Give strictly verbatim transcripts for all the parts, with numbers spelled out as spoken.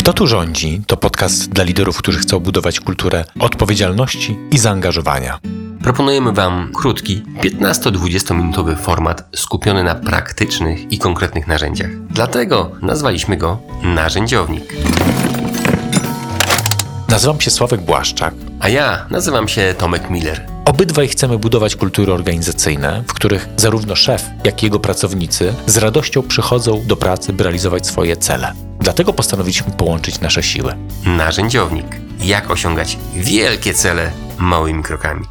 Kto tu rządzi? To podcast dla liderów, którzy chcą budować kulturę odpowiedzialności i zaangażowania. Proponujemy Wam krótki, piętnasto-dwudziestominutowy format skupiony na praktycznych i konkretnych narzędziach. Dlatego nazwaliśmy go Narzędziownik. Nazywam się Sławek Błaszczak. A ja nazywam się Tomek Miller. Obydwaj chcemy budować kultury organizacyjne, w których zarówno szef, jak i jego pracownicy z radością przychodzą do pracy, by realizować swoje cele. Dlatego postanowiliśmy połączyć nasze siły. Narzędziownik. Jak osiągać wielkie cele małymi krokami.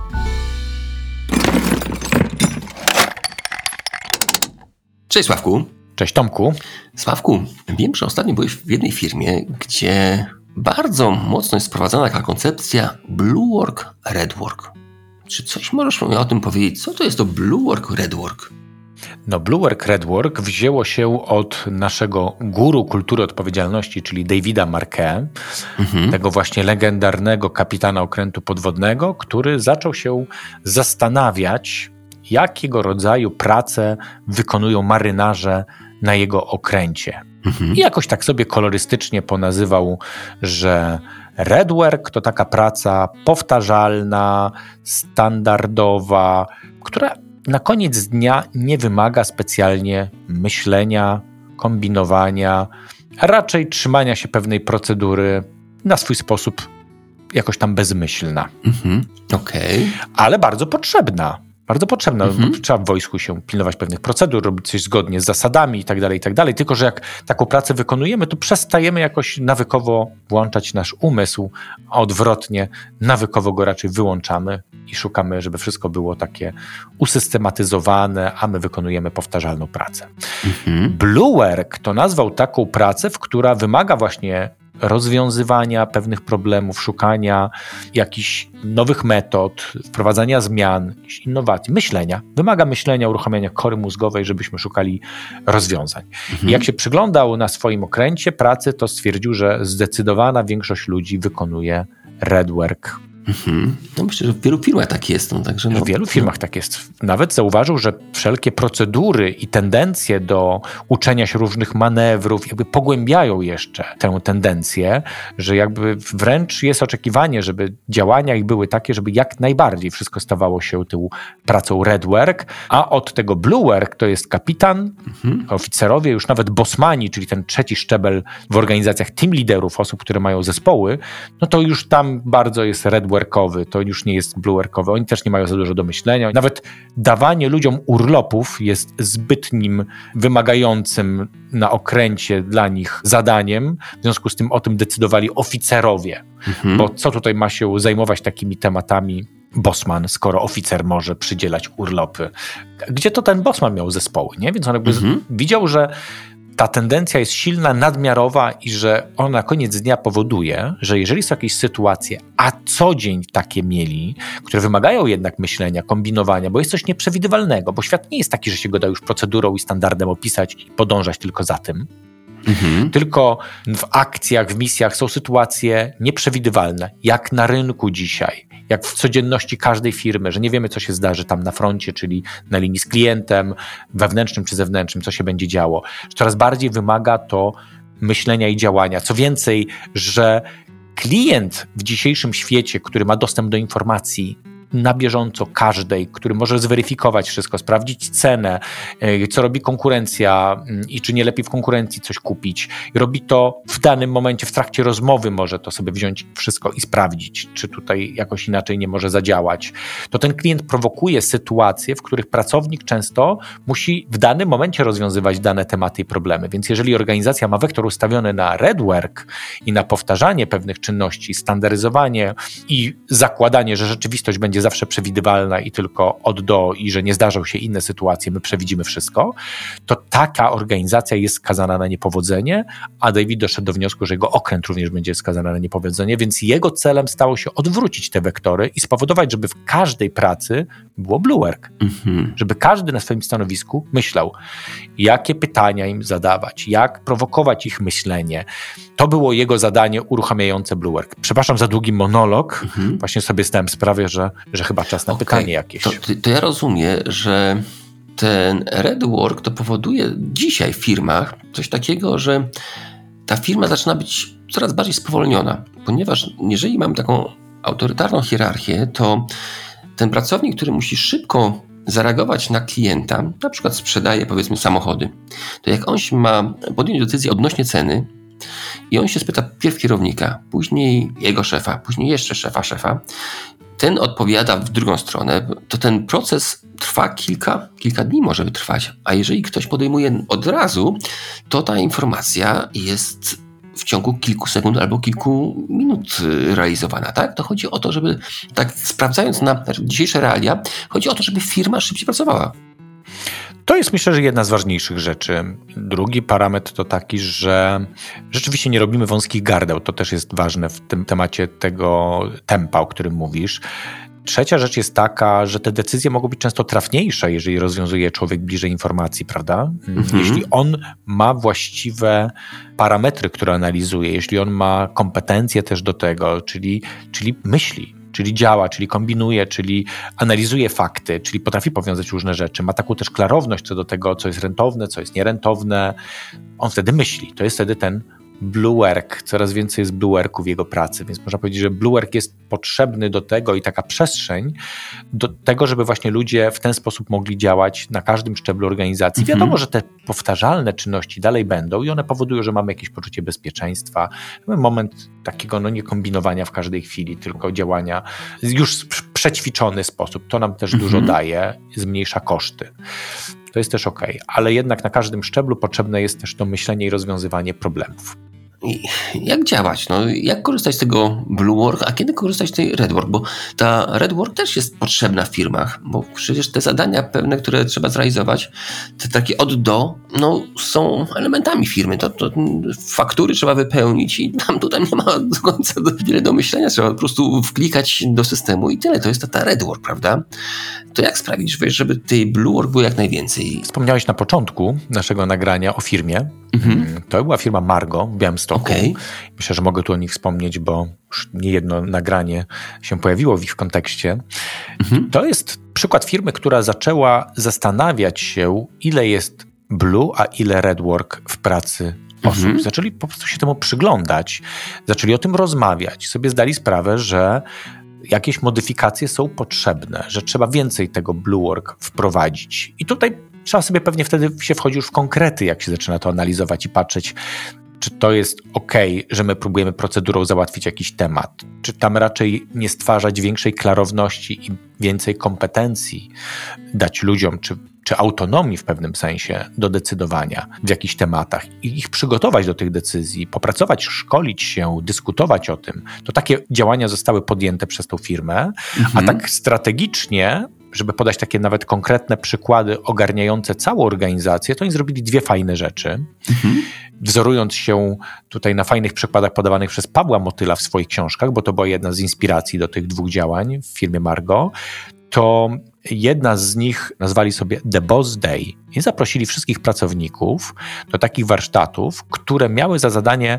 Cześć Sławku. Cześć Tomku. Sławku, wiem, że ostatnio byłeś w jednej firmie, gdzie bardzo mocno jest sprowadzana taka koncepcja Blue Work, Red Work. Czy coś możesz mi o tym powiedzieć? Co to jest to Blue Work, Red Work? No, Blue Work, Red Work wzięło się od naszego guru kultury odpowiedzialności, czyli Davida Marquet, mhm. tego właśnie legendarnego kapitana okrętu podwodnego, który zaczął się zastanawiać, jakiego rodzaju pracę wykonują marynarze na jego okręcie. Mhm. I jakoś tak sobie kolorystycznie ponazywał, że Red Work to taka praca powtarzalna, standardowa, która na koniec dnia nie wymaga specjalnie myślenia, kombinowania, a raczej trzymania się pewnej procedury na swój sposób jakoś tam bezmyślna. Mhm. Okej. Ale bardzo potrzebna. Bardzo potrzebna. Mhm. Trzeba w wojsku się pilnować pewnych procedur, robić coś zgodnie z zasadami i tak dalej, i tak dalej. Tylko że jak taką pracę wykonujemy, to przestajemy jakoś nawykowo włączać nasz umysł, a odwrotnie nawykowo go raczej wyłączamy i szukamy, żeby wszystko było takie usystematyzowane, a my wykonujemy powtarzalną pracę. Mhm. Blue Work to nazwał taką pracę, w która wymaga właśnie rozwiązywania pewnych problemów, szukania jakichś nowych metod, wprowadzania zmian, innowacji, myślenia. Wymaga myślenia, uruchamiania kory mózgowej, żebyśmy szukali rozwiązań. Mhm. I jak się przyglądał na swoim okręcie pracy, to stwierdził, że zdecydowana większość ludzi wykonuje Red Work. Mhm. No myślę, że w wielu firmach tak jest. No, także no, w wielu firmach tak jest. Nawet zauważył, że wszelkie procedury i tendencje do uczenia się różnych manewrów jakby pogłębiają jeszcze tę tendencję, że jakby wręcz jest oczekiwanie, żeby działania ich były takie, żeby jak najbardziej wszystko stawało się tą pracą Red Work, a od tego Blue Work to jest kapitan, mhm. oficerowie, już nawet bossmani, czyli ten trzeci szczebel w organizacjach team liderów, osób, które mają zespoły, no to już tam bardzo jest Red workowy, to już nie jest blue workowy. Oni też nie mają za dużo do myślenia. Nawet dawanie ludziom urlopów jest zbytnim, wymagającym na okręcie dla nich zadaniem. W związku z tym o tym decydowali oficerowie. Mhm. Bo co tutaj ma się zajmować takimi tematami bossman, skoro oficer może przydzielać urlopy? Gdzie to ten bossman miał zespoły, nie? Więc on jakby mhm. widział, że ta tendencja jest silna, nadmiarowa i że ona na koniec dnia powoduje, że jeżeli są jakieś sytuacje, a co dzień takie mieli, które wymagają jednak myślenia, kombinowania, bo jest coś nieprzewidywalnego, bo świat nie jest taki, że się go da już procedurą i standardem opisać i podążać tylko za tym. Mhm. Tylko w akcjach, w misjach są sytuacje nieprzewidywalne, jak na rynku dzisiaj, jak w codzienności każdej firmy, że nie wiemy, co się zdarzy tam na froncie, czyli na linii z klientem, wewnętrznym czy zewnętrznym, co się będzie działo. Coraz bardziej wymaga to myślenia i działania. Co więcej, że klient w dzisiejszym świecie, który ma dostęp do informacji na bieżąco każdej, który może zweryfikować wszystko, sprawdzić cenę, co robi konkurencja i czy nie lepiej w konkurencji coś kupić. I robi to w danym momencie, w trakcie rozmowy może to sobie wziąć wszystko i sprawdzić, czy tutaj jakoś inaczej nie może zadziałać. To ten klient prowokuje sytuacje, w których pracownik często musi w danym momencie rozwiązywać dane tematy i problemy. Więc jeżeli organizacja ma wektor ustawiony na Red Work i na powtarzanie pewnych czynności, standaryzowanie i zakładanie, że rzeczywistość będzie zawsze przewidywalna i tylko od do i że nie zdarzą się inne sytuacje, my przewidzimy wszystko, to taka organizacja jest skazana na niepowodzenie, a David doszedł do wniosku, że jego okręt również będzie skazany na niepowodzenie, więc jego celem stało się odwrócić te wektory i spowodować, żeby w każdej pracy było Blue Work. Mhm. Żeby każdy na swoim stanowisku myślał, jakie pytania im zadawać, jak prowokować ich myślenie. To było jego zadanie uruchamiające Blue Work. Przepraszam za długi monolog, mhm. właśnie sobie zdałem sprawę, że, że chyba czas na okay. pytanie jakieś. To, to ja rozumiem, że ten Red Work to powoduje dzisiaj w firmach coś takiego, że ta firma zaczyna być coraz bardziej spowolniona, ponieważ jeżeli mamy taką autorytarną hierarchię, to ten pracownik, który musi szybko zareagować na klienta, na przykład sprzedaje powiedzmy samochody, to jak on się ma podjąć decyzję odnośnie ceny i on się spyta pierw kierownika, później jego szefa, później jeszcze szefa szefa, ten odpowiada w drugą stronę, to ten proces trwa kilka, kilka dni może trwać, a jeżeli ktoś podejmuje od razu, to ta informacja jest w ciągu kilku sekund albo kilku minut realizowana, tak? To chodzi o to, żeby, tak sprawdzając na dzisiejsze realia, chodzi o to, żeby firma szybciej pracowała. To jest, myślę, że jedna z ważniejszych rzeczy. Drugi parametr to taki, że rzeczywiście nie robimy wąskich gardeł. To też jest ważne w tym temacie tego tempa, o którym mówisz. Trzecia rzecz jest taka, że te decyzje mogą być często trafniejsze, jeżeli rozwiązuje człowiek bliżej informacji, prawda? Mhm. Jeśli on ma właściwe parametry, które analizuje, jeśli on ma kompetencje też do tego, czyli, czyli myśli, czyli działa, czyli kombinuje, czyli analizuje fakty, czyli potrafi powiązać różne rzeczy, ma taką też klarowność co do tego, co jest rentowne, co jest nierentowne, on wtedy myśli. To jest wtedy ten blue work, coraz więcej jest blue worku w jego pracy, więc można powiedzieć, że blue work jest potrzebny do tego i taka przestrzeń do tego, żeby właśnie ludzie w ten sposób mogli działać na każdym szczeblu organizacji. Mhm. Wiadomo, że te powtarzalne czynności dalej będą i one powodują, że mamy jakieś poczucie bezpieczeństwa, mamy moment takiego no, nie kombinowania w każdej chwili, tylko działania już w przećwiczony sposób. To nam też mhm. dużo daje, zmniejsza koszty. To jest też okej, ale jednak na każdym szczeblu potrzebne jest też to myślenie i rozwiązywanie problemów. I jak działać? No, jak korzystać z tego Blue Work, a kiedy korzystać z tej Red Work? Bo ta Red Work też jest potrzebna w firmach, bo przecież te zadania pewne, które trzeba zrealizować, te takie od do, no, są elementami firmy. To, to faktury trzeba wypełnić i tam tutaj nie ma do końca wiele do myślenia. Trzeba po prostu wklikać do systemu i tyle. To jest ta, ta Red Work, prawda? To jak sprawić, żeby tej Blue Work było jak najwięcej? Wspomniałeś na początku naszego nagrania o firmie. Mhm. To była firma Margo w Białymstoku. Okay. Myślę, że mogę tu o nich wspomnieć, bo już niejedno nagranie się pojawiło w ich kontekście. Mhm. To jest przykład firmy, która zaczęła zastanawiać się, ile jest blue, a ile red work w pracy osób. Mhm. Zaczęli po prostu się temu przyglądać, zaczęli o tym rozmawiać, sobie zdali sprawę, że jakieś modyfikacje są potrzebne, że trzeba więcej tego blue work wprowadzić. I tutaj trzeba sobie pewnie wtedy się wchodzi już w konkrety, jak się zaczyna to analizować i patrzeć, czy to jest okej, że my próbujemy procedurą załatwić jakiś temat, czy tam raczej nie stwarzać większej klarowności i więcej kompetencji dać ludziom, czy, czy autonomii w pewnym sensie do decydowania w jakichś tematach i ich przygotować do tych decyzji, popracować, szkolić się, dyskutować o tym. To takie działania zostały podjęte przez tą firmę, mhm. a tak strategicznie, żeby podać takie nawet konkretne przykłady ogarniające całą organizację, to oni zrobili dwie fajne rzeczy. Mhm. Wzorując się tutaj na fajnych przykładach podawanych przez Pawła Motyla w swoich książkach, bo to była jedna z inspiracji do tych dwóch działań w firmie Margo, to jedna z nich nazwali sobie The Boss Day i zaprosili wszystkich pracowników do takich warsztatów, które miały za zadanie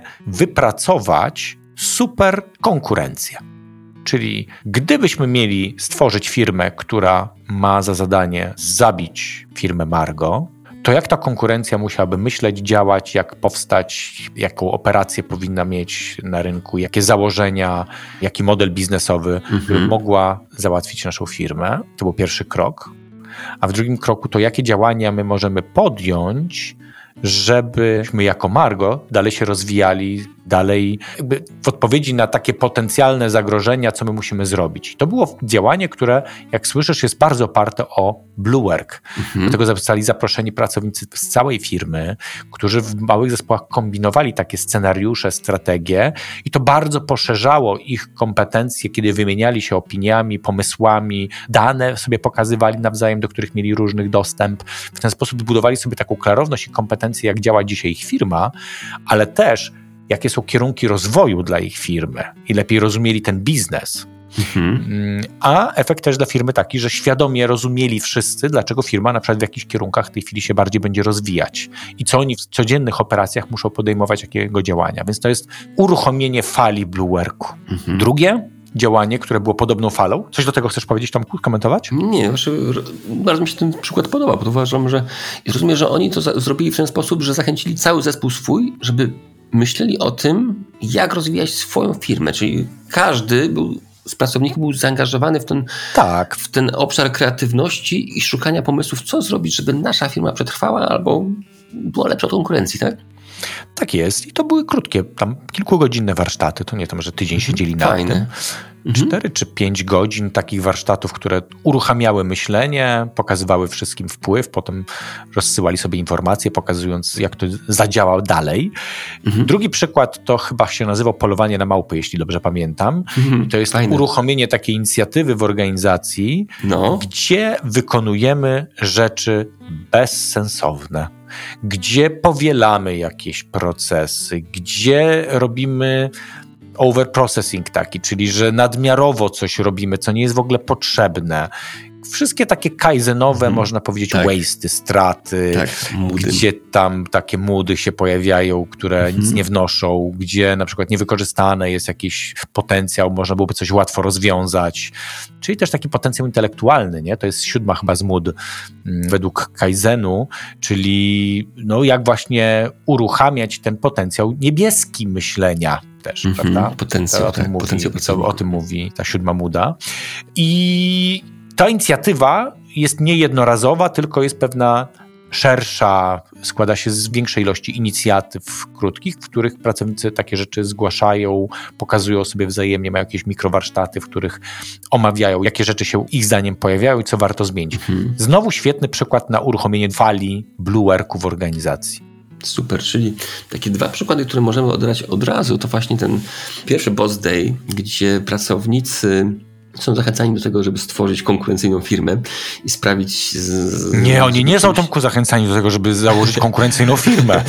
wypracować super konkurencję. Czyli gdybyśmy mieli stworzyć firmę, która ma za zadanie zabić firmę Margo, to jak ta konkurencja musiałaby myśleć, działać, jak powstać, jaką operację powinna mieć na rynku, jakie założenia, jaki model biznesowy, mhm. by mogła załatwić naszą firmę. To był pierwszy krok. A w drugim kroku to jakie działania my możemy podjąć, żebyśmy jako Margo dalej się rozwijali, dalej jakby w odpowiedzi na takie potencjalne zagrożenia, co my musimy zrobić. To było działanie, które, jak słyszysz, jest bardzo oparte o blue work. Mhm. Do tego zostali zaproszeni pracownicy z całej firmy, którzy w małych zespołach kombinowali takie scenariusze, strategie i to bardzo poszerzało ich kompetencje, kiedy wymieniali się opiniami, pomysłami, dane sobie pokazywali nawzajem, do których mieli różnych dostęp. W ten sposób budowali sobie taką klarowność i kompetencje, jak działa dzisiaj ich firma, ale też jakie są kierunki rozwoju dla ich firmy i lepiej rozumieli ten biznes. Mhm. A efekt też dla firmy taki, że świadomie rozumieli wszyscy, dlaczego firma na przykład w jakichś kierunkach w tej chwili się bardziej będzie rozwijać i co oni w codziennych operacjach muszą podejmować, jakiego działania. Więc to jest uruchomienie fali blue worku. Mhm. Drugie działanie, które było podobną falą. Coś do tego chcesz powiedzieć, Tomku, komentować? Nie, znaczy, bardzo mi się ten przykład podoba, bo uważam, że rozumiem, że oni to za- zrobili w ten sposób, że zachęcili cały zespół swój, żeby myśleli o tym, jak rozwijać swoją firmę, czyli każdy był z pracowników był zaangażowany w ten, tak. w ten obszar kreatywności i szukania pomysłów, co zrobić, żeby nasza firma przetrwała albo była lepsza od konkurencji, tak? Tak jest. I to były krótkie, tam kilkugodzinne warsztaty. To nie tam, że tydzień siedzieli na Fajne. tym. Cztery czy pięć godzin takich warsztatów, które uruchamiały myślenie, pokazywały wszystkim wpływ, potem rozsyłali sobie informacje, pokazując, jak to zadziała dalej. Mhm. Drugi przykład to chyba się nazywał polowanie na małpy, jeśli dobrze pamiętam. Mhm. I to jest Fajne. uruchomienie takiej inicjatywy w organizacji, no. gdzie wykonujemy rzeczy bezsensowne, gdzie powielamy jakieś procesy, gdzie robimy overprocessing taki, czyli że nadmiarowo coś robimy, co nie jest w ogóle potrzebne. Wszystkie takie kaizenowe, hmm. można powiedzieć, tak. waste'y, straty, tak, gdzie tam takie moody się pojawiają, które hmm. nic nie wnoszą, gdzie na przykład niewykorzystany jest jakiś potencjał, można byłoby coś łatwo rozwiązać. Czyli też taki potencjał intelektualny, nie? To jest siódma chyba z mood według kaizenu, czyli no jak właśnie uruchamiać ten potencjał niebieski myślenia też, mm-hmm. prawda? Potencjał, o tym, tak, mówi, potencjał co, o tym mówi ta siódma mooda. I ta inicjatywa jest nie jednorazowa, tylko jest pewna szersza, składa się z większej ilości inicjatyw krótkich, w których pracownicy takie rzeczy zgłaszają, pokazują sobie wzajemnie, mają jakieś mikrowarsztaty, w których omawiają, jakie rzeczy się ich zdaniem pojawiają i co warto zmienić. Mhm. Znowu świetny przykład na uruchomienie fali Blue Worku w organizacji. Super, czyli takie dwa przykłady, które możemy oddać od razu, to właśnie ten pierwszy Boss Day, gdzie pracownicy są zachęcani do tego, żeby stworzyć konkurencyjną firmę i sprawić... Z, z, nie, oni nie są Tomku zachęcani do tego, żeby założyć konkurencyjną firmę.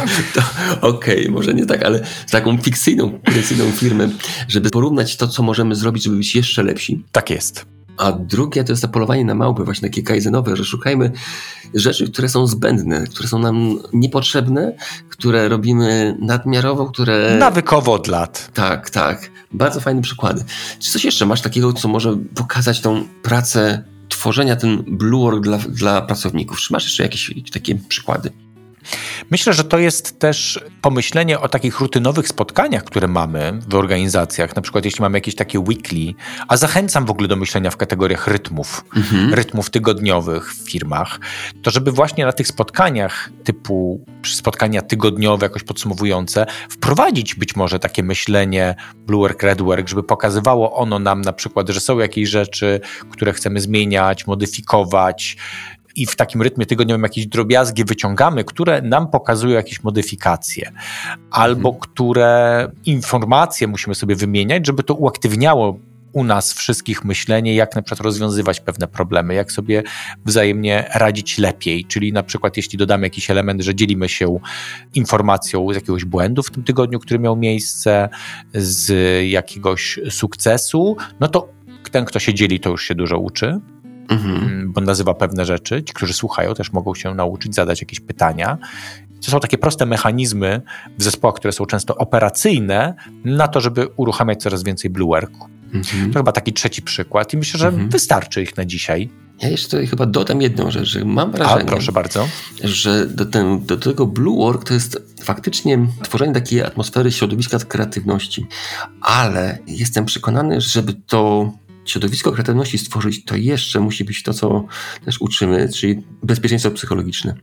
Okej, okay, może nie tak, ale taką fikcyjną, konkurencyjną firmę, żeby porównać to, co możemy zrobić, żeby być jeszcze lepsi. Tak jest. A drugie to jest zapolowanie na małpy, właśnie takie kaizenowe, że szukajmy rzeczy, które są zbędne, które są nam niepotrzebne, które robimy nadmiarowo, które... Nawykowo od lat. Tak, tak. Bardzo fajne przykłady. Czy coś jeszcze masz takiego, co może pokazać tą pracę tworzenia ten Blue Work dla, dla pracowników? Czy masz jeszcze jakieś takie przykłady? Myślę, że to jest też pomyślenie o takich rutynowych spotkaniach, które mamy w organizacjach. Na przykład jeśli mamy jakieś takie weekly, a zachęcam w ogóle do myślenia w kategoriach rytmów, mhm. rytmów tygodniowych w firmach, to żeby właśnie na tych spotkaniach typu spotkania tygodniowe, jakoś podsumowujące, wprowadzić być może takie myślenie Blue Work, Red Work, żeby pokazywało ono nam na przykład, że są jakieś rzeczy, które chcemy zmieniać, modyfikować, i w takim rytmie tygodniowym jakieś drobiazgi wyciągamy, które nam pokazują jakieś modyfikacje, albo mhm. które informacje musimy sobie wymieniać, żeby to uaktywniało u nas wszystkich myślenie, jak na przykład rozwiązywać pewne problemy, jak sobie wzajemnie radzić lepiej. Czyli na przykład jeśli dodamy jakiś element, że dzielimy się informacją z jakiegoś błędu w tym tygodniu, który miał miejsce, z jakiegoś sukcesu, no to ten, kto się dzieli, to już się dużo uczy. Mhm. Bo nazywa pewne rzeczy. Ci, którzy słuchają, też mogą się nauczyć, zadać jakieś pytania. To są takie proste mechanizmy w zespołach, które są często operacyjne na to, żeby uruchamiać coraz więcej Blue Worku. Mhm. To chyba taki trzeci przykład i myślę, że mhm. wystarczy ich na dzisiaj. Ja jeszcze tutaj chyba dodam jedną rzecz, że mam wrażenie, A, proszę bardzo. że do, ten, do tego Blue Work to jest faktycznie tworzenie takiej atmosfery środowiska kreatywności, ale jestem przekonany, żeby to środowisko kreatywności stworzyć, to jeszcze musi być to, co też uczymy, czyli bezpieczeństwo psychologiczne.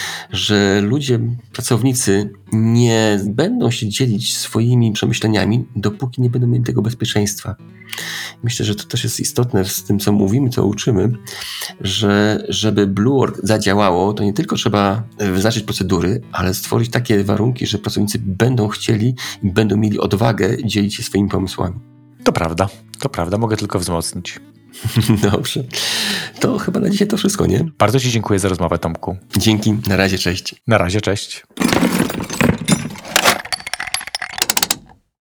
Że ludzie, pracownicy nie będą się dzielić swoimi przemyśleniami, dopóki nie będą mieli tego bezpieczeństwa. Myślę, że to też jest istotne z tym, co mówimy, co uczymy, że żeby Blue Work zadziałało, to nie tylko trzeba wyznaczyć procedury, ale stworzyć takie warunki, że pracownicy będą chcieli i będą mieli odwagę dzielić się swoimi pomysłami. To prawda, to prawda, mogę tylko wzmocnić. Dobrze. To chyba na dzisiaj to wszystko, nie? Bardzo Ci dziękuję za rozmowę, Tomku. Dzięki, na razie, cześć. Na razie, cześć.